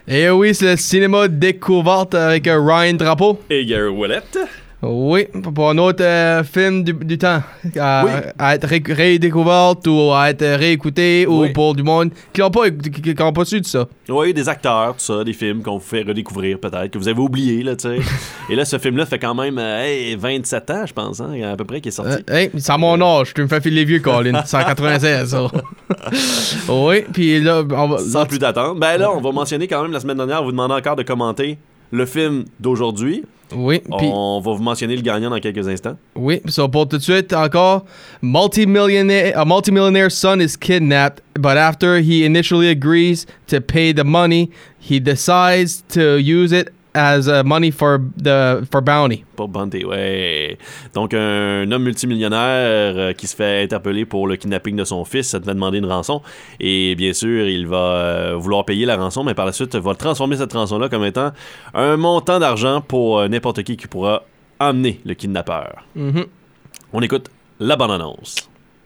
Et oui, c'est le cinéma découverte avec Ryan Drapeau. Et Gary Ouellette. Oui, pour un autre film du temps. À être redécouverte ou à être réécouté ou pour du monde qui n'ont pas su de ça. Oui, des acteurs, tout ça, des films qu'on vous fait redécouvrir peut-être, que vous avez oublié, là, tu sais. Et là, ce film-là fait quand même 27 ans, je pense, hein, à peu près, qu'il est sorti. C'est à mon âge, tu me fais filer vieux, Colin. C'est en 96, ça. Oui, puis là... Sans plus d'attente. Ben là, on va mentionner quand même la semaine dernière, on vous demandait encore de commenter le film d'aujourd'hui. Oui. On va vous mentionner le gagnant dans quelques instants. Oui, so pour tout de suite encore, a multimillionaire son is kidnapped, but after he initially agrees to pay the money, he decides to use it as money for bounty. Pour bounty, ouais. Donc, un homme multimillionnaire qui se fait interpeller pour le kidnapping de son fils, ça devait demander une rançon. Et bien sûr, il va vouloir payer la rançon, mais par la suite, va transformer cette rançon-là comme étant un montant d'argent pour n'importe qui pourra emmener le kidnappeur. Mm-hmm. On écoute la bande-annonce.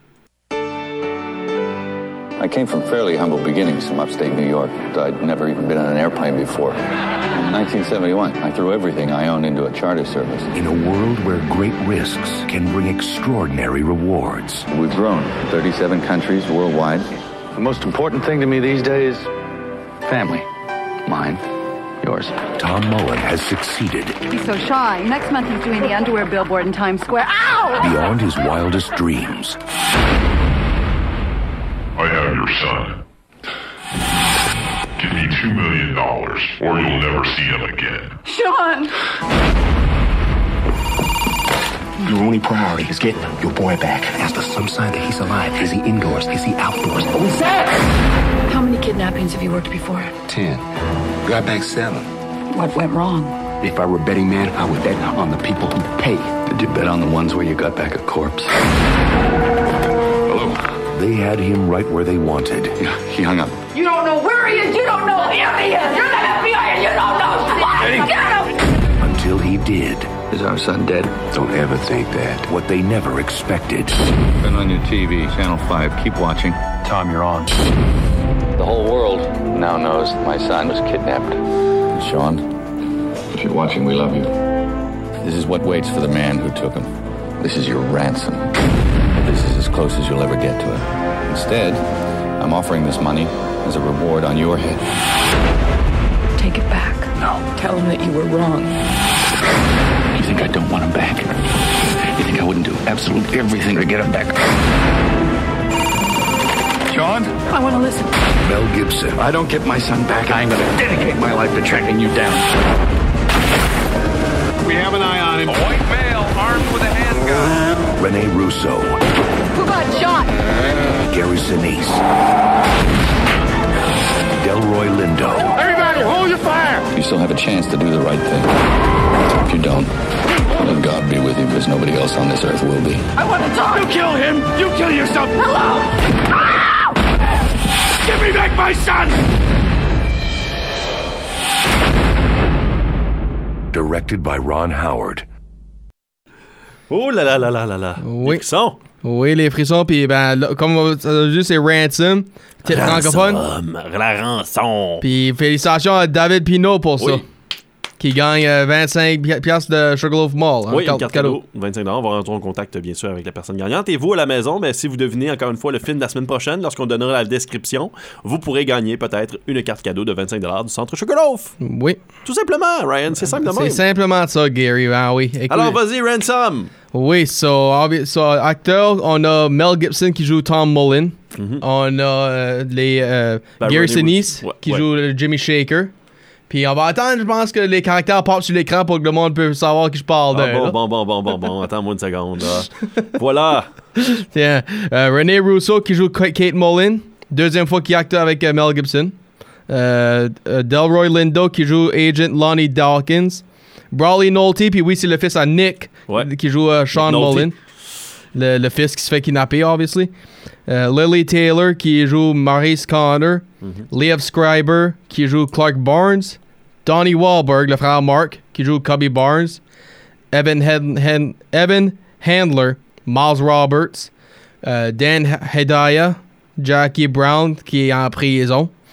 I came from fairly humble beginnings from upstate New York. I'd never even been on an airplane before. In 1971, I threw everything I owned into a charter service. In a world where great risks can bring extraordinary rewards. We've grown 37 countries worldwide. The most important thing to me these days, family. Mine, yours. Tom Mullen has succeeded. He's so shy. Next month he's doing the underwear billboard in Times Square. Ow! Beyond his wildest dreams. I have your son. Give me $2 million, or you'll never see him again. Sean! Your only priority is getting your boy back. Ask us some sign that he's alive. Is he indoors? Is he outdoors? What was that? How many kidnappings have you worked before? 10. Got back 7. What went wrong? If I were a betting man, I would bet on the people who pay. Did you bet on the ones where you got back a corpse? Hello? They had him right where they wanted. Yeah, he hung up. You don't know where he is. You don't know who he is. You're the FBI and you don't know why. Get him! Until he did. Is our son dead? Don't ever think that. What they never expected. Been on your TV, Channel 5. Keep watching. Tom, you're on. The whole world now knows my son was kidnapped. Sean, if you're watching, we love you. This is what waits for the man who took him. This is your ransom. This is as close as you'll ever get to it. Instead, I'm offering this money as a reward on your head. Take it back. No. Tell him that you were wrong. You think I don't want him back? You think I wouldn't do absolutely everything to get him back? Sean? I want to listen. Mel Gibson. If I don't get my son back, I'm going to dedicate my life to tracking you down. We have an eye on him. A white male armed with a handgun. Rene Russo. Who got shot? Gary Sinise. Delroy Lindo. Everybody, hold your fire! You still have a chance to do the right thing. If you don't, let God be with you, because nobody else on this earth will be. I want to talk. You kill him! You kill yourself! Hello! Give me back my son! Directed by Ron Howard. Oh là là là là là là. Oui. Les frissons. Oui, les frissons, puis comme ça veut dire, c'est Ransom, titre francophone. La rançon. Puis félicitations à David Pinault pour ça. Oui. Qui gagne 25 piastres de Sugarloaf Mall. Oui, une carte cadeau. 25 $. On va rentrer en contact, bien sûr, avec la personne gagnante. Et vous, à la maison, si vous devinez, encore une fois, le film de la semaine prochaine, lorsqu'on donnera la description, vous pourrez gagner peut-être une carte cadeau de 25 $ du Centre Sugarloaf. Oui. Tout simplement, Ryan. C'est simple de même. C'est simplement ça, Gary. Ah oui. Écoute, alors, vas-y, Ransom. Oui, acteur, on a Mel Gibson qui joue Tom Mullen. Mm-hmm. On a Gary Sinise qui joue Jimmy Shaker. Puis on va attendre, je pense, que les caractères partent sur l'écran pour que le monde puisse savoir qui je parle d'eux. Bon. Attends-moi une seconde. Là. Voilà. Tiens, Rene Russo qui joue Kate Mullen. Deuxième fois qu'il acte avec Mel Gibson. Delroy Lindo qui joue Agent Lonnie Dawkins. Brawley Nolte, puis oui, c'est le fils à Nick qui joue Sean Mullen. Le fils qui se fait kidnapper, obviously. Lily Taylor qui joue Maurice Connor. Liev Schreiber qui joue Clark Barnes. Donnie Wahlberg, le frère Mark, qui joue Cubby Barnes. Evan Handler, Miles Roberts. Dan Hedaya, Jackie Brown, qui est en prison.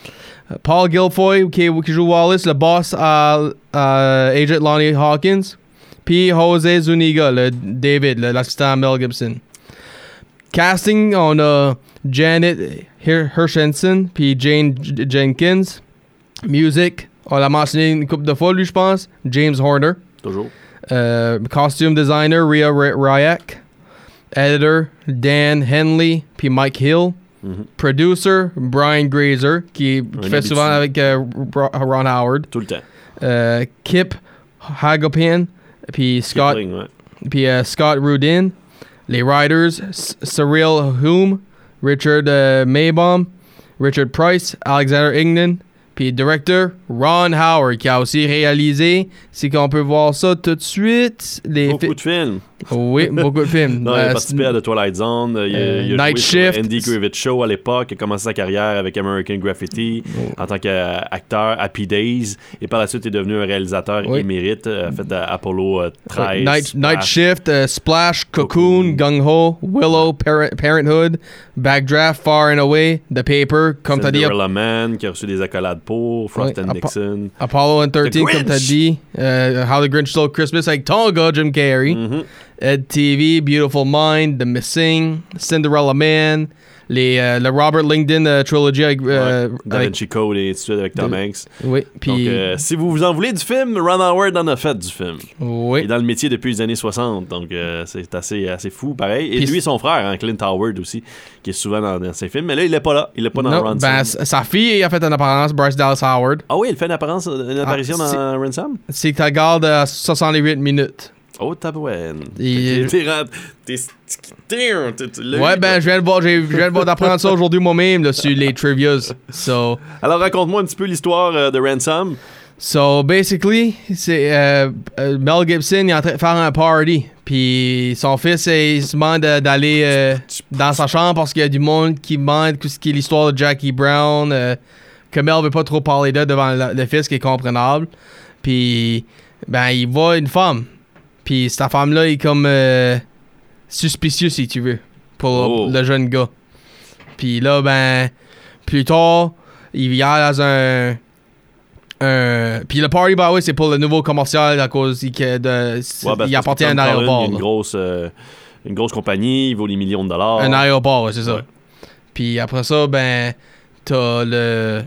Paul Guilfoyle qui joue Wallace, le boss à Agent Lonnie Hawkins. Puis Jose Zuniga, le David, l'assistant à Mel Gibson. Casting, on a Janet Hirshenson puis Jane Jenkins. Music, on l'a mentionné une couple de fois, lui, je pense. James Horner. Toujours. Costume designer, Rhea Ryak. Editor, Dan Henley puis Mike Hill. Producer, Brian Grazer, qui fait souvent avec Ron Howard. Tout le temps. Kip Hagopian, puis Scott, Scott Rudin. Les writers, Cyril Hume, Richard Maybaum, Richard Price, Alexander Ignan. Puis directeur, Ron Howard, qui a aussi réalisé, c'est qu'on peut voir ça tout de suite. Beaucoup de films. Oui, beaucoup de films. Non, il a participé à The Twilight Zone. Il a Night joué Shift. Andy Griffith Show à l'époque. Il a commencé sa carrière avec American Graffiti en tant qu'acteur, Happy Days. Et par la suite, il est devenu un réalisateur émérite. A fait Apollo 13. Night Shift, Splash, Cocoon, Gung Ho, Willow, Parenthood, Backdraft, Far and Away, The Paper, comme t'as dit. Cinderella Man, qui a reçu des accolades pour, Frost and Nixon. Apollo 13, comme t'as dit. How the Grinch Stole Christmas avec ton gars, Jim Carrey. Ed TV, Beautiful Mind, The Missing, Cinderella Man, le Robert Langdon trilogy avec Da Vinci Code et tout de suite avec Tom Hanks. Oui, puis donc, si vous en voulez du film, Ron Howard en a fait du film. Oui. Il est dans le métier depuis les années 60, donc c'est assez fou, pareil. Et lui et son frère, Clint Howard aussi, qui est souvent dans ses films, mais là, il est pas là. Il est pas dans Ransom. Ben, sa fille a fait une apparence, Bryce Dallas Howard. Ah oui, elle fait une apparition dans Ransom? C'est que tu regardes à 68 minutes. Oh, tabouin. Ouais, ben, je viens de voir d'apprendre ça aujourd'hui moi-même là, sur les trivias. So, alors, raconte-moi un petit peu l'histoire de Ransom. So, basically, c'est Mel Gibson, il est en train de faire un party. Puis son fils, il se demande d'aller dans sa chambre parce qu'il y a du monde qui demande ce qui est l'histoire de Jackie Brown. Que Mel veut pas trop parler de devant le fils, qui est comprenable. Puis, ben, il voit une femme. Puis cette femme-là est comme suspicieuse, si tu veux, pour le jeune gars. Puis là, ben, plus tard, il vient dans un... Puis le party, bah oui, c'est pour le nouveau commercial à cause il appartient à un aéroport. Il y a une grosse compagnie, il vaut les millions de dollars. Un aéroport, ouais, c'est ça. Puis après ça, ben, t'as le...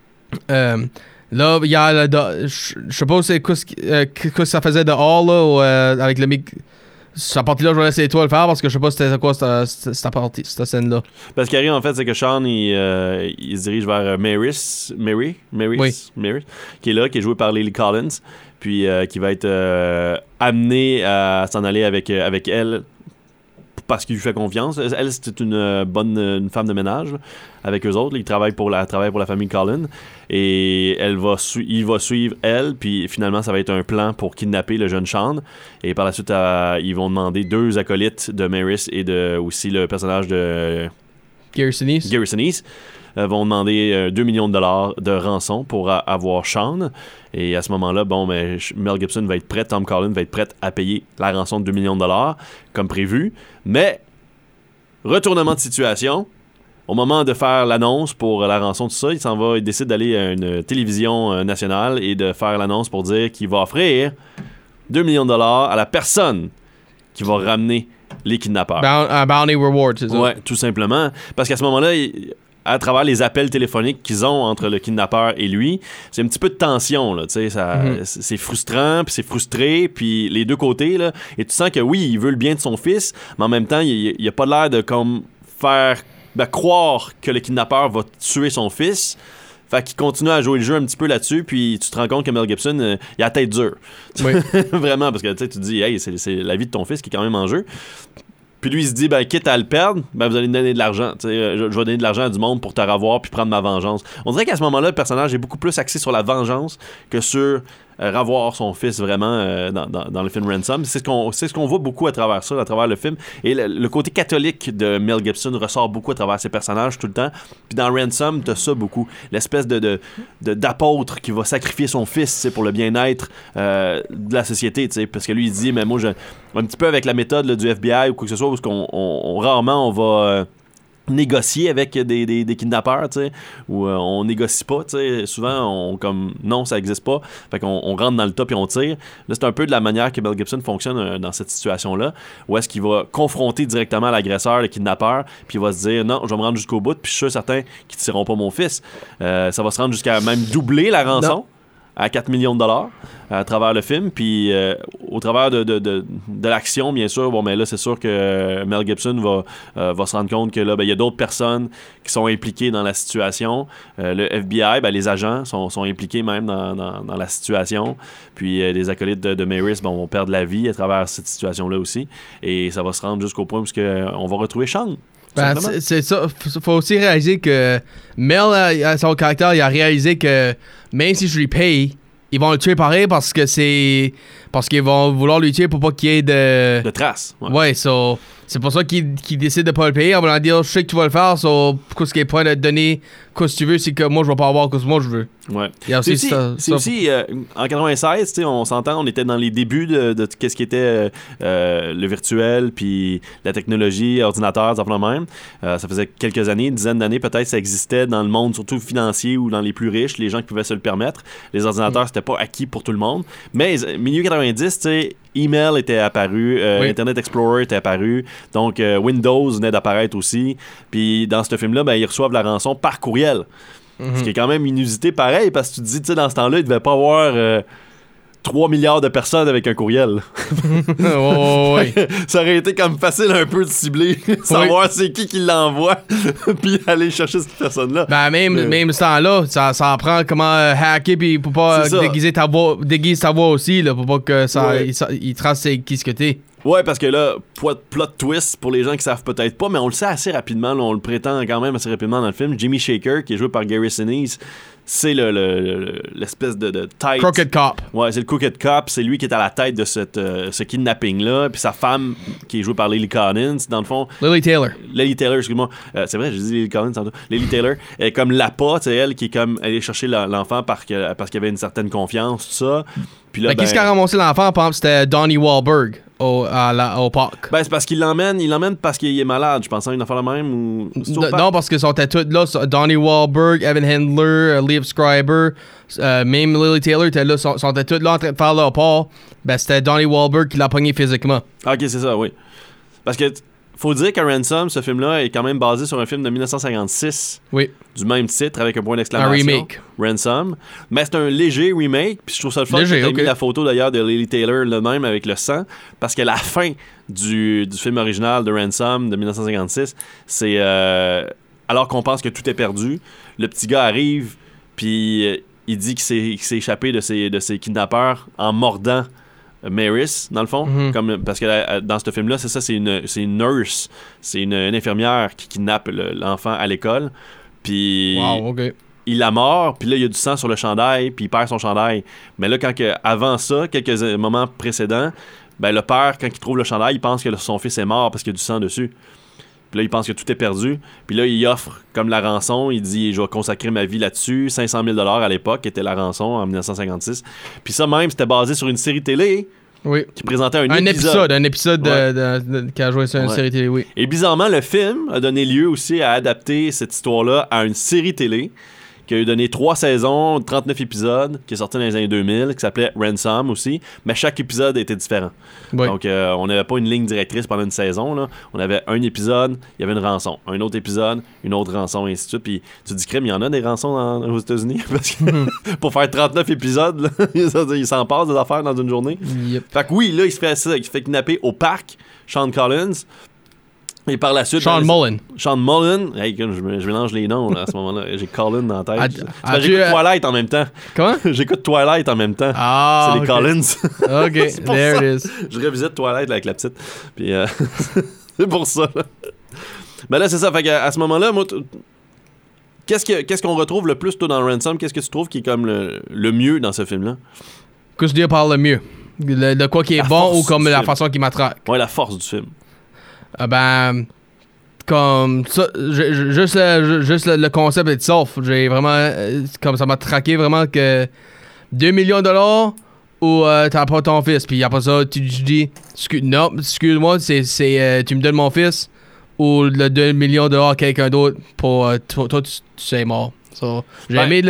là, il y a je sais pas c'est quoi que ça faisait dehors, là, ou, avec le mic. Cette partie-là, je vais laisser toi le faire parce que je sais pas c'était quoi cette scène-là. Parce ce qui arrive, en fait, c'est que Sean, il se dirige vers Maris, qui est là, qui est joué par Lily Collins, puis qui va être amené à s'en aller avec elle parce qu'il lui fait confiance. Elle, c'était une femme de ménage là, avec eux autres. Là, il travaille pour la famille Collins. Et il va suivre elle, puis finalement, ça va être un plan pour kidnapper le jeune Sean. Et par la suite, ils vont demander 2 acolytes de Maris et aussi le personnage de Gary Sinise. Vont demander 2 millions de dollars de rançon pour avoir Sean. Et à ce moment-là, Mel Gibson va être prêt, Tom Collins va être prêt à payer la rançon de 2 millions de dollars, comme prévu. Mais, retournement de situation, au moment de faire l'annonce pour la rançon, tout ça, il décide d'aller à une télévision nationale et de faire l'annonce pour dire qu'il va offrir 2 millions de dollars à la personne qui va ramener les kidnappeurs. Bounty reward, c'est ça? Ouais, tout simplement. Parce qu'à ce moment-là, à travers les appels téléphoniques qu'ils ont entre le kidnappeur et lui, c'est un petit peu de tension, là, tu sais, c'est frustrant, puis c'est frustré, puis les deux côtés, là, et tu sens que oui, il veut le bien de son fils, mais en même temps, il a pas l'air de comme faire croire que le kidnappeur va tuer son fils. Fait qu'il continue à jouer le jeu un petit peu là-dessus, puis tu te rends compte que Mel Gibson, il a la tête dure. Oui. Vraiment, parce que tu te dis, hey, c'est la vie de ton fils qui est quand même en jeu. Puis lui, il se dit, quitte à le perdre, vous allez me donner de l'argent. Je vais donner de l'argent à du monde pour te revoir puis prendre ma vengeance. On dirait qu'à ce moment-là, le personnage est beaucoup plus axé sur la vengeance que sur revoir son fils vraiment dans le film Ransom. C'est ce qu'on voit beaucoup à travers ça, à travers le film. Et le côté catholique de Mel Gibson ressort beaucoup à travers ses personnages tout le temps. Puis dans Ransom, t'as ça beaucoup. L'espèce d'apôtre qui va sacrifier son fils pour le bien-être de la société. Parce que lui, il dit, mais moi, un petit peu avec la méthode là, du FBI ou quoi que ce soit, parce qu'on rarement on va négocier avec des kidnappeurs, tu sais, où on négocie pas, tu sais, souvent non, ça existe pas, fait qu'on rentre dans le tas et on tire. Là, c'est un peu de la manière que Mel Gibson fonctionne dans cette situation-là, où est-ce qu'il va confronter directement l'agresseur, le kidnappeur, puis il va se dire non, je vais me rendre jusqu'au bout, puis je suis sûr certain qu'ils ne tireront pas mon fils. Ça va se rendre jusqu'à même doubler la rançon. Non. À 4 millions de dollars à travers le film, puis au travers de l'action, bien sûr. Bon, mais là, c'est sûr que Mel Gibson va se rendre compte que là, il y a d'autres personnes qui sont impliquées dans la situation. Le FBI, les agents sont impliqués même dans la situation. Puis les acolytes de Maris vont perdre la vie à travers cette situation-là aussi. Et ça va se rendre jusqu'au point où on va retrouver Sean. C'est ça. Faut aussi réaliser que Mel, son caractère, il a réalisé que même si je lui paye, ils vont le tuer pareil parce qu'ils vont vouloir lui tuer pour pas qu'il y ait de traces. Ouais, c'est pour ça qu'il décide de pas le payer en voulant dire je sais que tu vas le faire, qu'est-ce qui est point de te donner qu'est-ce que tu veux, c'est que moi je vais pas avoir qu'est-ce que moi je veux. Ouais. C'est aussi en 96, on s'entend, on était dans les débuts de qu'est-ce qui était le virtuel puis la technologie, ordinateur, ça même. Ça faisait quelques années, une dizaine d'années peut-être, ça existait dans le monde surtout financier ou dans les plus riches, les gens qui pouvaient se le permettre. Les ordinateurs, c'était pas acquis pour tout le monde. Mais milieu 90, tu sais, email était apparu, Internet Explorer était apparu, donc Windows venait d'apparaître aussi. Puis dans ce film-là, ils reçoivent la rançon par courriel. Ce qui est quand même inusité pareil, parce que tu te dis, tu sais, dans ce temps-là, il devait pas avoir 3 milliards de personnes avec un courriel. Ça aurait été comme facile un peu de cibler, savoir c'est qui l'envoie, puis aller chercher cette personne-là. Même ce temps-là, ça en prend comment hacker, puis pour pas déguiser ta voix aussi, là, pour pas que il trace qui ce que t'es. Ouais, parce que là, plot twist pour les gens qui savent peut-être pas, mais on le sait assez rapidement, là, on le prétend quand même assez rapidement dans le film. Jimmy Shaker, qui est joué par Gary Sinise, c'est l'espèce de tête. Crooked Cop. Ouais, c'est le Crooked Cop, c'est lui qui est à la tête de ce kidnapping-là, puis sa femme, qui est jouée par Lily Collins, dans le fond. Lily Taylor, excuse-moi. C'est vrai, j'ai dit Lily Collins tantôt. Lily Taylor est comme l'appât, c'est elle qui est comme allée chercher l'enfant parce qu'il y avait une certaine confiance, tout ça. Puis là, qu'est-ce qui a ramassé l'enfant, par exemple, c'était Donnie Wahlberg au parc. C'est parce qu'il l'emmène parce qu'il est malade, je pense, une affaire la même. Ou... Non, parce qu'ils sont tous là. Donnie Wahlberg, Evan Handler, Liev Schreiber, même Lily Taylor étaient là, sont tous là en train de faire leur part. C'était Donnie Wahlberg qui l'a pogné physiquement. Ok, c'est ça, oui. Parce que faut dire que Ransom, ce film-là, est quand même basé sur un film de 1956. Oui. Du même titre, avec un point d'exclamation. Un remake. Ransom. Mais c'est un léger remake. Puis je trouve ça le fun que tu as mis la photo d'ailleurs de Lily Taylor le même avec le sang. Parce que la fin du film original de Ransom de 1956, c'est alors qu'on pense que tout est perdu, le petit gars arrive, puis il dit qu'il s'est échappé de ses kidnappeurs en mordant Maris, dans le fond, parce que dans ce film-là, c'est ça, c'est une nurse, c'est une infirmière qui kidnappe l'enfant à l'école, puis il la mord, puis là, il y a du sang sur le chandail, puis il perd son chandail. Mais là, avant ça, quelques moments précédents, le père, quand il trouve le chandail, il pense que son fils est mort parce qu'il y a du sang dessus. Puis là, il pense que tout est perdu. Puis là, il offre comme la rançon. Il dit, je vais consacrer ma vie là-dessus. 500 000 $ à l'époque, était la rançon en 1956. Puis ça même, c'était basé sur une série télé qui présentait un épisode. Un épisode qui a joué sur une série télé, oui. Et bizarrement, le film a donné lieu aussi à adapter cette histoire-là à une série télé qui a eu donné 3 saisons, 39 épisodes, qui est sorti dans les années 2000, qui s'appelait Ransom aussi, mais chaque épisode était différent. Oui. Donc, on n'avait pas une ligne directrice pendant une saison, là. On avait un épisode, il y avait une rançon. Un autre épisode, une autre rançon, et ainsi de suite. Puis tu te dis, crème, il y en a des rançons aux États-Unis, parce que pour faire 39 épisodes, là, il s'en passe des affaires dans une journée. Yep. Fait que oui, là, il se fait kidnapper au parc, Sean Collins. Et par la suite... Sean Mullen. Hey, je mélange les noms là, à ce moment-là. J'ai Colin dans la tête. J'écoute Twilight en même temps. Comment? J'écoute Twilight en même temps. Ah, c'est les Collins. OK, there it is. Je revisite Twilight là, avec la petite. Puis c'est pour ça. Mais là, c'est ça. Fait qu'à ce moment-là, moi... Qu'est-ce qu'on retrouve le plus, toi, dans Ransom? Qu'est-ce que tu trouves qui est comme le mieux dans ce film-là? Qu'est-ce que tu dis par le mieux? De quoi qui est bon ou comme la façon qu'il m'attraque? Ouais, la force du film. Comme ça, juste le concept itself, j'ai vraiment, comme ça m'a traqué vraiment que 2 millions de dollars ou t'as pas ton fils, puis après ça tu dis non, excuse-moi, c'est tu me donnes mon fils ou le 2 millions de dollars à quelqu'un d'autre pour toi, tu sais mort. So, j'ai aimé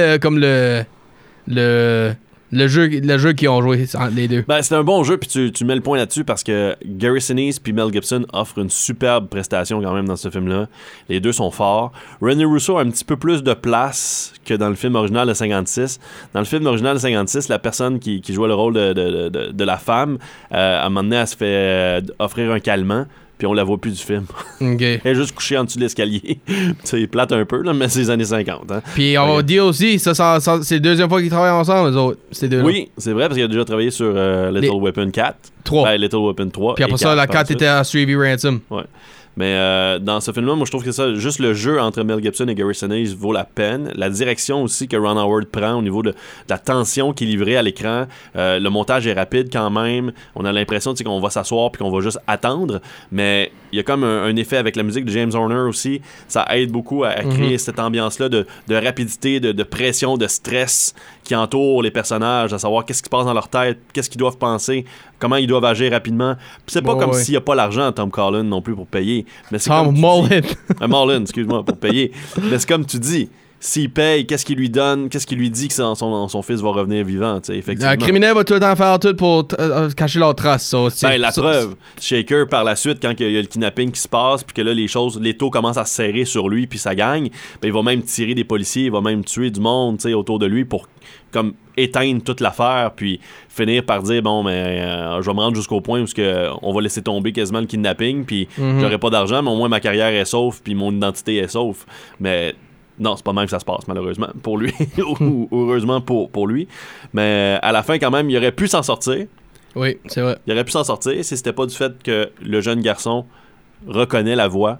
le jeu qu'ils ont joué entre les deux. Ben, c'est un bon jeu, puis tu mets le point là-dessus parce que Gary Sinise puis Mel Gibson offrent une superbe prestation quand même dans ce film-là. Les deux sont forts. Rene Russo a un petit peu plus de place que dans le film original de 56. Dans le film original de 56, la personne qui jouait le rôle de la femme, à un moment donné, elle se fait offrir un calmant. Puis on la voit plus du film. Okay. Elle est juste couchée en dessous de l'escalier. C'est plate un peu, là, mais c'est les années 50. Hein. Puis on va dire aussi, ça, c'est la deuxième fois qu'ils travaillent ensemble, eux autres. Ces deux-là. Oui, c'est vrai, parce qu'il a déjà travaillé sur Little Weapon 4. 3. Ben, Little Weapon 3. Puis après ça, la 4 était à Stevie Ransom. Ouais. Mais dans ce film-là, moi, je trouve que ça, juste le jeu entre Mel Gibson et Gary Sinise vaut la peine. La direction aussi que Ron Howard prend au niveau de la tension qui est livrée à l'écran. Le montage est rapide quand même. On a l'impression qu'on va s'asseoir puis qu'on va juste attendre. Mais il y a comme un effet avec la musique de James Horner aussi. Ça aide beaucoup à créer cette ambiance-là de rapidité, de pression, de stress qui entoure les personnages, à savoir qu'est-ce qui se passe dans leur tête, qu'est-ce qu'ils doivent penser, comment ils doivent agir rapidement. Puis c'est pas comme s'il n'y a pas l'argent à Tom Collins non plus pour payer. Mais c'est Tom Mullen. Mullen, excuse-moi, pour payer. Mais c'est comme tu dis, s'il paye, qu'est-ce qu'il lui donne, qu'est-ce qu'il lui dit que son fils va revenir vivant, tu sais, effectivement. Un criminel va tout le temps faire tout pour cacher leurs traces. La preuve, Shaker, par la suite, quand il y a le kidnapping qui se passe, puis que là, les taux commencent à se serrer sur lui, puis ça gagne, ben, il va même tirer des policiers, il va même tuer du monde, tu sais, autour de lui pour comme éteindre toute l'affaire, puis finir par dire bon, mais je vais me rendre jusqu'au point où on va laisser tomber quasiment le kidnapping, puis j'aurai pas d'argent, mais au moins ma carrière est sauve, puis mon identité est sauve. Mais non, c'est pas même que ça se passe, malheureusement, pour lui, ou heureusement pour lui. Mais à la fin, quand même, il aurait pu s'en sortir. Oui, c'est vrai. Il aurait pu s'en sortir si c'était pas du fait que le jeune garçon reconnaît la voix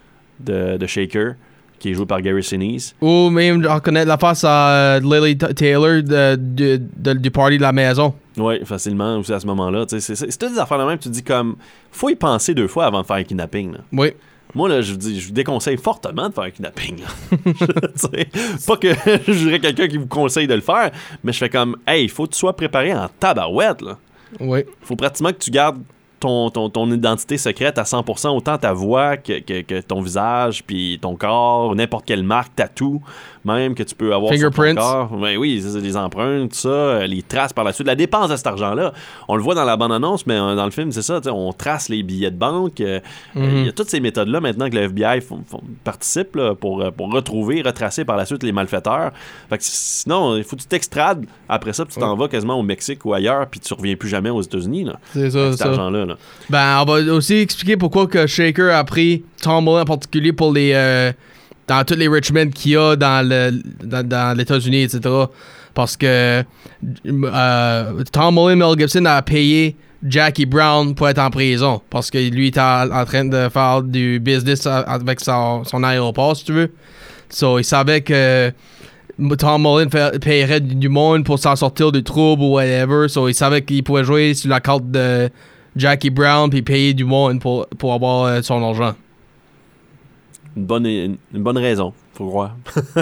de Shaker, qui est joué par Gary Sinise. Ou même reconnaître la face à Lily Taylor du party de la maison. Oui, facilement aussi à ce moment-là. C'est toutes des affaires de même, tu te dis comme, faut y penser 2 fois avant de faire un kidnapping. Là. Oui. Moi, là, je vous déconseille fortement de faire un kidnapping. Pas que je dirais quelqu'un qui vous conseille de le faire, mais je fais comme, hey, il faut que tu sois préparé en tabarouette. Là. Oui. Faut pratiquement que tu gardes ton identité secrète à 100%, autant ta voix que ton visage, puis ton corps, n'importe quelle marque, tatou, même que tu peux avoir sur ton corps. Ben oui, c'est les empreintes, tout ça, les traces par la suite. La dépense de cet argent-là, on le voit dans la bande-annonce, mais dans le film, c'est ça, on trace les billets de banque. Il y a toutes ces méthodes-là maintenant que le FBI participe là, pour retracer par la suite les malfaiteurs. Fait que sinon, il faut que tu t'extrades après ça, puis tu t'en vas quasiment au Mexique ou ailleurs, puis tu reviens plus jamais aux États-Unis. Là, c'est ça, cet argent-là. Là. Ben, on va aussi expliquer pourquoi que Shaker a pris Tom Mullen en particulier pour dans tous les rich men qu'il y a dans les États-Unis, etc. Parce que Tom Mullen, Mel Gibson a payé Jackie Brown pour être en prison. Parce que lui était en train de faire du business avec son aéroport, si tu veux. So, il savait que Tom Mullen payerait du monde pour s'en sortir du trouble ou whatever. So, il savait qu'il pouvait jouer sur la carte de Jackie Brown puis payer du monde pour avoir son argent. Une bonne raison, faut croire.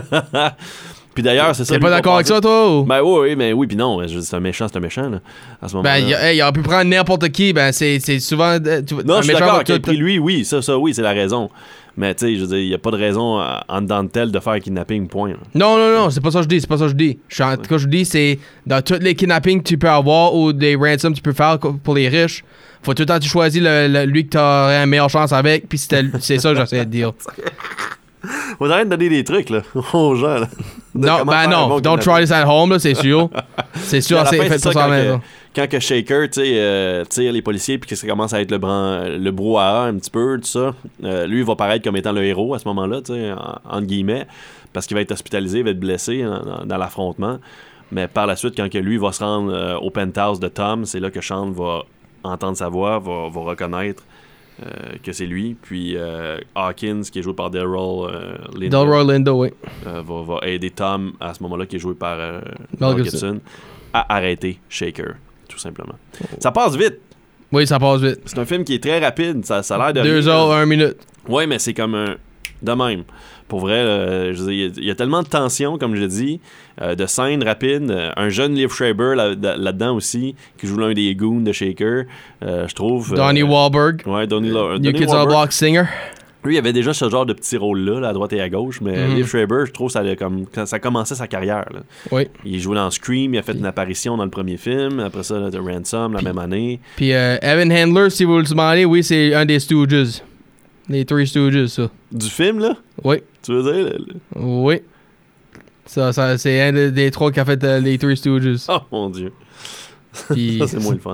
Puis d'ailleurs, c'est ça. T'es pas d'accord avec ça, toi? Ou? Ben oui, mais oui, puis non. C'est un méchant, là, à ce moment-là. Ben, il aurait pu prendre n'importe qui. Ben, c'est souvent. Non, je suis d'accord. Qu'il ait pris lui, oui, ça, oui, c'est la raison. Mais tu sais, je veux dire, il n'y a pas de raison en dedans de tel de faire un kidnapping, point. Là. Non, c'est pas ça que je dis. En tout cas, je dis, c'est dans tous les kidnappings que tu peux avoir ou des ransoms que tu peux faire pour les riches, faut tout le temps que tu choisis lui que tu aurais une meilleure chance avec, puis c'est ça que j'essaie de dire. Vous arrêtez de donner des trucs là, aux gens. Là, non, don't try this at home, là, c'est sûr. C'est sûr, fait ça à la maison. Quand que Shaker tire les policiers puis que ça commence à être le brouhaha un petit peu, tout ça, lui il va paraître comme étant le héros à ce moment-là, entre guillemets, parce qu'il va être hospitalisé, il va être blessé dans l'affrontement. Mais par la suite, quand que lui va se rendre au penthouse de Tom, c'est là que Sean va entendre sa voix, va reconnaître que c'est lui. Puis Hawkins, qui est joué par Delroy Lindo, oui. Va aider Tom à ce moment-là, qui est joué par Mel Gibson, à arrêter Shaker, tout simplement. Ça passe vite. Oui, ça passe vite. C'est un film qui est très rapide. Ça a l'air de 2 heures, 1 minute. Oui, mais c'est comme de même. Pour vrai, je veux dire, il y a tellement de tension, comme je dis, de scènes rapides. Un jeune Liev Schreiber là-dedans aussi, qui joue l'un des goons de Shaker, je trouve. Donnie Wahlberg. Ouais, Donnie New Kids on the Block Singer. Lui, il avait déjà ce genre de petit rôle-là, là, à droite et à gauche, mais Liev Schreiber, je trouve, quand ça commençait sa carrière. Là. Oui. Il jouait dans Scream, il a fait une apparition dans le premier film, après ça, là, The Ransom, la même année. Puis Evan Handler, si vous le demandez, oui, c'est un des Stooges. Les Three Stooges, ça. Du film, là? Oui. Tu veux dire? Oui. Ça, c'est un des trois qui a fait les Three Stooges. Oh, mon Dieu. Puis... ça, c'est moins le fun.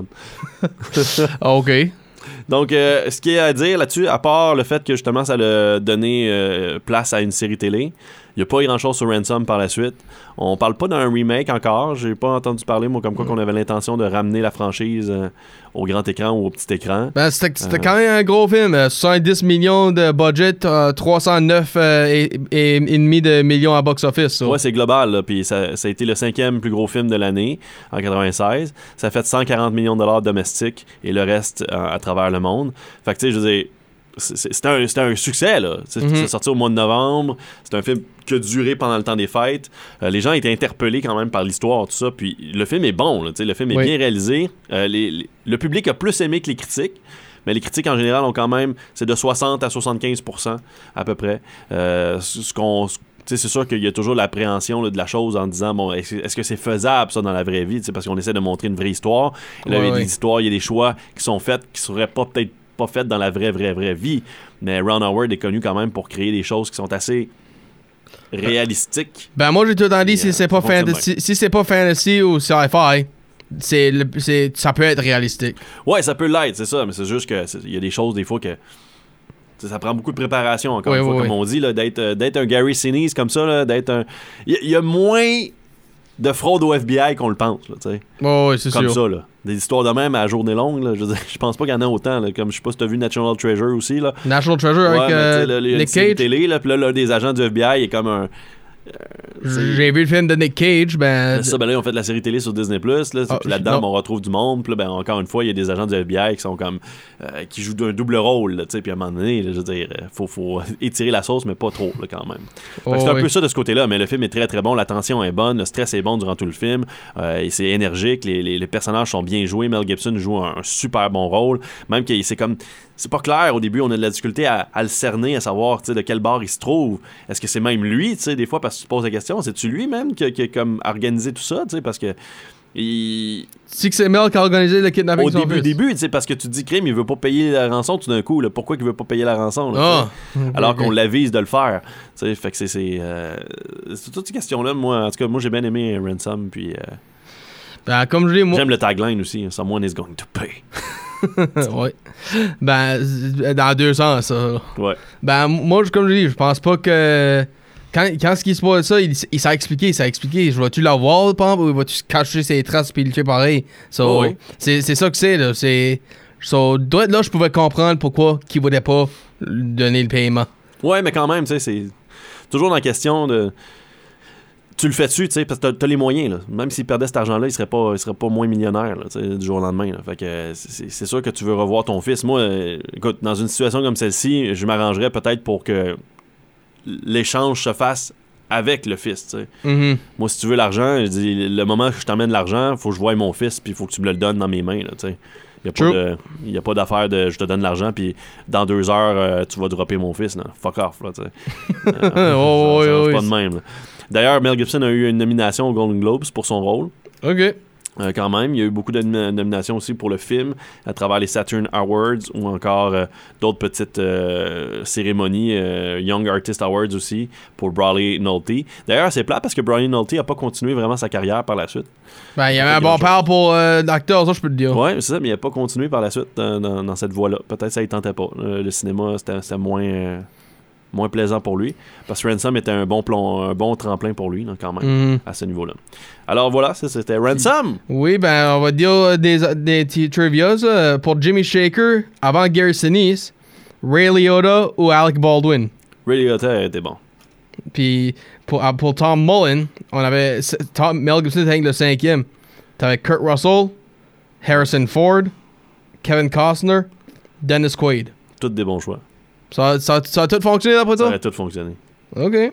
OK. Donc, ce qu'il y a à dire là-dessus, à part le fait que justement ça a donné place à une série télé, il n'y a pas grand-chose sur Ransom par la suite. On parle pas d'un remake encore. J'ai pas entendu parler, moi, comme quoi qu'on avait l'intention de ramener la franchise au grand écran ou au petit écran. Ben, c'était quand même un gros film. 70 millions de budget, 309 et demi de millions à box-office. So. Ouais, c'est global. Là, puis ça a été le 5e plus gros film de l'année, en 96. Ça a fait 140 millions de dollars domestiques et le reste à travers le monde. Fait que, tu sais, je veux dire, c'était un succès, là. C'est sorti au mois de novembre. C'est un film qui a duré pendant le temps des fêtes. Les gens étaient interpellés quand même par l'histoire, tout ça. Puis le film est bon, là, le film est bien réalisé. Le public a plus aimé que les critiques. Mais les critiques, en général, ont quand même... C'est de 60 à 75% à peu près. C'est sûr qu'il y a toujours l'appréhension là, de la chose en disant, bon, est-ce que c'est faisable, ça, dans la vraie vie? T'sais, parce qu'on essaie de montrer une vraie histoire. Et là, il y a des histoires, il y a des choix qui sont faits qui seraient peut-être pas faites dans la vraie vie. Mais Ron Howard est connu quand même pour créer des choses qui sont assez réalistiques. Ben moi, j'ai tout le temps dit, si c'est pas fantasy ou sci-fi, ça peut être réalistique. Ouais, ça peut l'être, c'est ça. Mais c'est juste que il y a des choses, des fois, que ça prend beaucoup de préparation, encore une fois, comme on dit, là, d'être un Gary Sinise comme ça, là, d'être un... Il y a moins de fraude au FBI qu'on le pense, là, tu sais. Oui, c'est comme sûr. Ça, là. Des histoires de même à la journée longue, là, je pense pas qu'il y en a autant, là, comme je sais pas si t'as vu National Treasure aussi, là. National Treasure avec Nick Cage. Télé, là, puis là, l'un des agents du FBI est comme un... J'ai vu le film de Nick Cage, là, ils ont fait la série télé sur Disney+, là, puis là-dedans, on retrouve du monde, puis là, encore une fois, il y a des agents du FBI qui sont comme... qui jouent un double rôle, tu sais, puis à un moment donné, là, je veux dire, faut étirer la sauce, mais pas trop, là, quand même. C'est un peu ça de ce côté-là, mais le film est très, très bon, la tension est bonne, le stress est bon durant tout le film, et c'est énergique, les personnages sont bien joués, Mel Gibson joue un super bon rôle, même que c'est comme... C'est pas clair au début, on a de la difficulté à le cerner, à savoir de quel bord il se trouve. Est-ce que c'est même lui, des fois, parce que tu te poses la question, c'est-tu lui même qui a comme organisé tout ça, parce que... C'est que c'est Mel qui a organisé le kidnapping. Au début, parce que tu te dis, crime, il veut pas payer la rançon tout d'un coup, là. Pourquoi il veut pas payer la rançon, là, alors qu'on l'avise de le faire, fait que c'est toutes ces questions-là, moi, en tout cas, moi j'ai bien aimé Ransom, puis... Ben, comme je dis, moi... J'aime le tagline aussi, someone is going to pay. Ouais. Ben, dans 2 sens, ça. Ouais. Ben, moi, comme je dis, je pense pas que... Quand ce qui se passe ça, il s'est expliqué, Je vais-tu l'avoir, par exemple, ou vas-tu cacher ses traces puis le tuer pareil? C'est ça que c'est, là. Là, je pouvais comprendre pourquoi il voulait pas donner le paiement. Ouais, mais quand même, tu sais, c'est toujours dans la question de... Tu le fais-tu, tu sais, parce que t'as les moyens, là. Même s'il perdait cet argent-là, il serait pas moins millionnaire, là, du jour au lendemain, là. Fait que c'est sûr que tu veux revoir ton fils. Moi, écoute, dans une situation comme celle-ci, je m'arrangerais peut-être pour que l'échange se fasse avec le fils, tu sais. Mm-hmm. Moi, si tu veux l'argent, je dis, le moment que je t'emmène l'argent, faut que je voie mon fils, puis il faut que tu me le donnes dans mes mains, là, tu sais. Il n'y a pas d'affaire de je te donne l'argent, puis dans 2 heures, tu vas dropper mon fils, là. Fuck off, là, tu sais. Ça marche pas de même, là. D'ailleurs, Mel Gibson a eu une nomination aux Golden Globes pour son rôle. OK. Quand même, il y a eu beaucoup de nominations aussi pour le film à travers les Saturn Awards ou encore d'autres petites cérémonies, Young Artist Awards aussi pour Brawley Nolte. D'ailleurs, c'est plat parce que Brawley Nolte n'a pas continué vraiment sa carrière par la suite. Ben, il y avait un bon père pour l'acteur, ça je peux te dire. Ouais, c'est ça, mais il n'a pas continué par la suite dans cette voie-là. Peut-être que ça ne tentait pas. Le cinéma, c'était moins plaisant pour lui, parce que Ransom était un bon tremplin pour lui, là, quand même, à ce niveau-là. Alors voilà, ça c'était Ransom! Oui, ben on va dire des trivias. Pour Jimmy Shaker, avant Gary Sinise, Ray Liotta ou Alec Baldwin? Ray Liotta était bon. Puis pour Tom Mullen, on avait Mel Gibson était le 5e. T'avais Kurt Russell, Harrison Ford, Kevin Costner, Dennis Quaid. Tous des bons choix. Ça a tout fonctionné d'après toi? Ça a tout fonctionné. OK,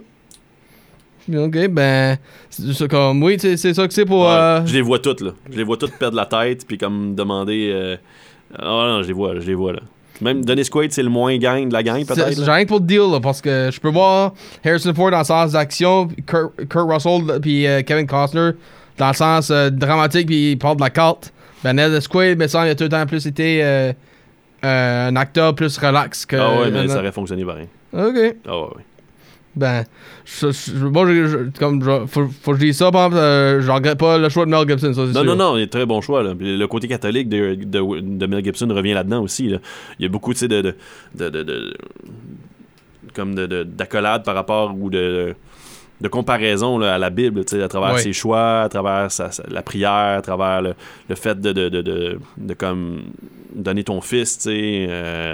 ben, c'est comme, oui, c'est ça que c'est pour... Je les vois toutes, là. Je les vois toutes perdre la tête, puis comme demander... non, je les vois, là. Même Dennis Quaid, c'est le moins gang de la gang, peut-être. J'ai rien pour le deal, là, parce que je peux voir Harrison Ford dans le sens d'action, Kurt Russell puis Kevin Costner dans le sens dramatique, puis il parle de la carte. Ben, Dennis Quaid, mais ça, il a tout le temps plus été un acteur plus relax que... Ah ouais, mais ça aurait fonctionné pareil. OK. Ah ouais. Ben, moi, faut que je dise ça, par exemple, je regrette pas le choix de Mel Gibson, ça, c'est sûr. Non, il y a très bon choix. Là. Le côté catholique de Mel Gibson revient là-dedans aussi. Là. Il y a beaucoup, tu sais, d'accolades par rapport ou de comparaison là, à la Bible, tu sais, à travers ses choix, à travers la prière, à travers le fait de comme donner ton fils, tu sais,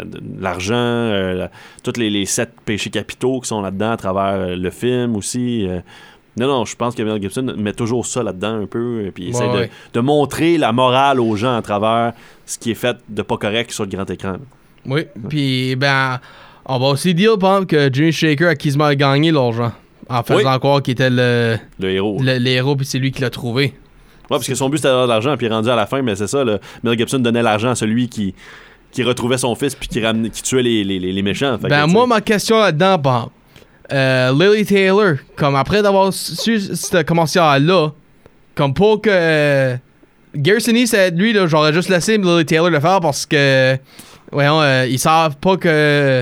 l'argent, tous les 7 péchés capitaux qui sont là-dedans à travers le film aussi. Non, je pense que Mel Gibson met toujours ça là-dedans un peu, puis il essaie de montrer la morale aux gens à travers ce qui est fait de pas correct sur le grand écran. Là. Oui, puis ben, on va aussi dire, par exemple, que Jimmy Shaker a quasiment gagné l'argent. En faisant croire qu'il était le héros. Le héros, puis c'est lui qui l'a trouvé. Ouais, parce que son but c'était d'avoir de l'argent, puis rendu à la fin, mais c'est ça, Mel Gibson donnait l'argent à celui qui retrouvait son fils, puis qui tuait les méchants. Fait ben, moi, ma question là-dedans, bon, Lily Taylor, comme après d'avoir su ce commercial-là, comme pour que Gary Sinise, lui, là, j'aurais juste laissé Lily Taylor le faire parce que, voyons, ils savent pas que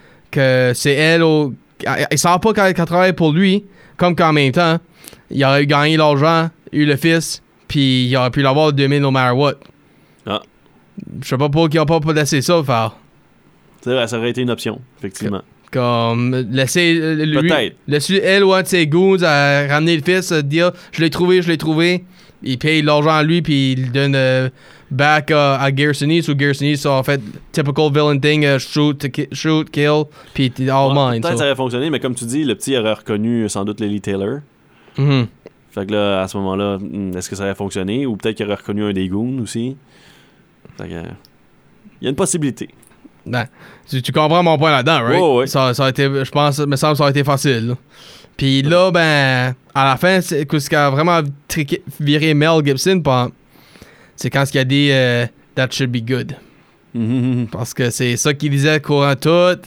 c'est elle ou. Ils savent pas qu'elle travaille pour lui, comme qu'en même temps, il aurait gagné l'argent, eu le fils, puis il aurait pu l'avoir 2000 no matter what. Ah. Je sais pas pourquoi ils ont pas laissé ça faire. C'est vrai, ça aurait été une option, effectivement. Comme laisser lui, peut-être. Laisser elle ou un de ses goons à ramener le fils, dire je l'ai trouvé. Il paye l'argent à lui, puis il donne back à Gary Sinise, ou Gary Sinise, en fait, typical villain thing, shoot, kill, puis all mine. Peut-être ça aurait fonctionné, mais comme tu dis, le petit aurait reconnu sans doute Lily Taylor. Mm-hmm. Fait que là, à ce moment-là, est-ce que ça aurait fonctionné? Ou peut-être qu'il aurait reconnu un des goons aussi. Fait que, il y a une possibilité. Ben, tu comprends mon point là-dedans, right? Oh, oui. Ça a été, je pense, me semble que ça a été facile. Là. Puis là, ben, à la fin, ce qui a vraiment viré Mel Gibson, c'est quand il a dit That should be good. Mm-hmm. Parce que c'est ça qu'il disait courant toutes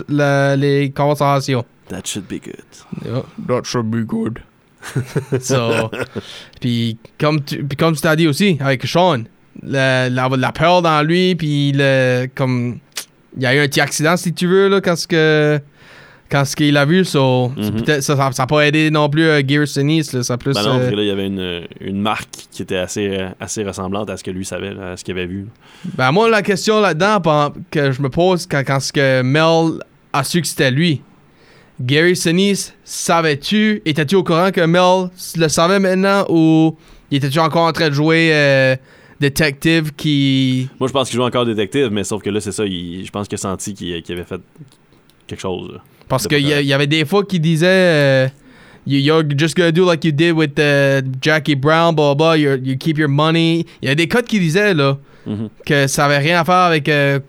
les conversations. That should be good. Yeah, that should be good. So, puis comme tu t'as dit aussi avec Sean, la peur dans lui, puis comme il y a eu un petit accident si tu veux là quand ce qu'il a vu, peut-être ça n'a pas aidé non plus Gary Sinise, ça plus. Ben non, parce que là il y avait une marque qui était assez ressemblante à ce que lui savait, là, à ce qu'il avait vu. Ben moi la question là-dedans que je me pose quand ce que Mel a su que c'était lui. Gary Sinise, étais-tu au courant que Mel le savait maintenant, ou étais-tu encore en train de jouer détective qui... Moi, je pense qu'il joue encore détective, mais sauf que là, c'est ça, je pense qu'il a senti qu'il avait fait quelque chose. Là, parce qu'il y avait des fois qu'il disait you're just gonna do like you did with Jackie Brown, blah blah, you keep your money. Il y a des codes qui disaient là que ça avait rien à faire avec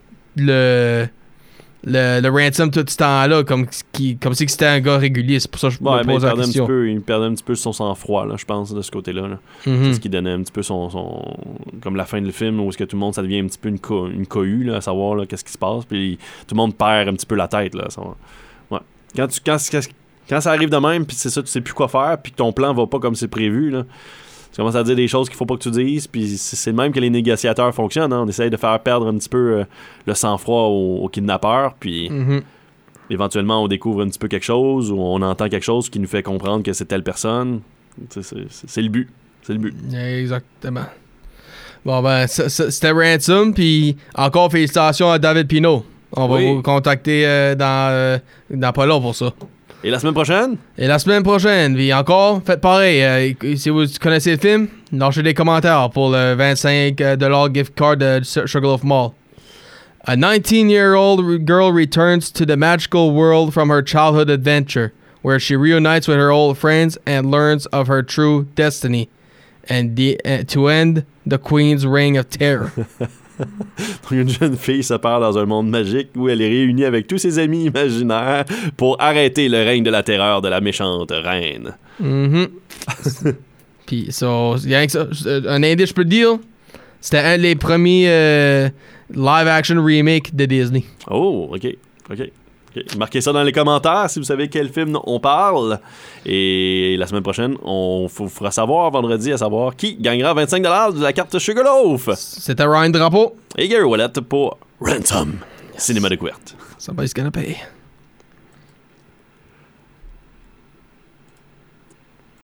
le ransom tout ce temps-là, comme si c'était un gars régulier. C'est pour ça que je me pose la question. Il perdait un petit peu son sang-froid, là, je pense, de ce côté-là. Là. Mm-hmm. C'est ce qui donnait un petit peu son comme la fin du film, où est-ce que tout le monde, ça devient un petit peu une cohue, là, à savoir là, qu'est-ce qui se passe. Puis tout le monde perd un petit peu la tête. Là, ça va. Ouais. Quand ça arrive de même, puis c'est ça, tu sais plus quoi faire, puis que ton plan va pas comme c'est prévu, là. Tu commences à dire des choses qu'il faut pas que tu dises, puis c'est le même que les négociateurs fonctionnent. Hein? On essaye de faire perdre un petit peu le sang-froid aux kidnappeurs, puis éventuellement on découvre un petit peu quelque chose, ou on entend quelque chose qui nous fait comprendre que c'est telle personne. C'est le but. C'est le but. Exactement. Bon, ben, c'était Ransom, puis encore félicitations à David Pino. On va vous contacter dans pas long pour ça. Et la semaine prochaine? Puis encore, faites pareil. Si vous connaissez le film, lâchez des commentaires pour le $25 gift card de Sugarloaf Mall. A 19-year-old girl returns to the magical world from her childhood adventure, where she reunites with her old friends and learns of her true destiny, and to end the Queen's reign of terror. Donc, une jeune fille se perd dans un monde magique où elle est réunie avec tous ses amis imaginaires pour arrêter le règne de la terreur de la méchante reine. Mm-hmm. Puis, rien que ça, un indice je peux te dire, C'était un des premiers live-action remake de Disney. Oh, OK. Marquez ça dans les commentaires si vous savez quel film on parle. Et la semaine prochaine, on fera savoir vendredi à savoir qui gagnera 25$ de la carte Sugarloaf. C'était Ryan Drapeau. Et Gary Ouellette pour Ransom. Cinéma découverte. Somebody's gonna pay.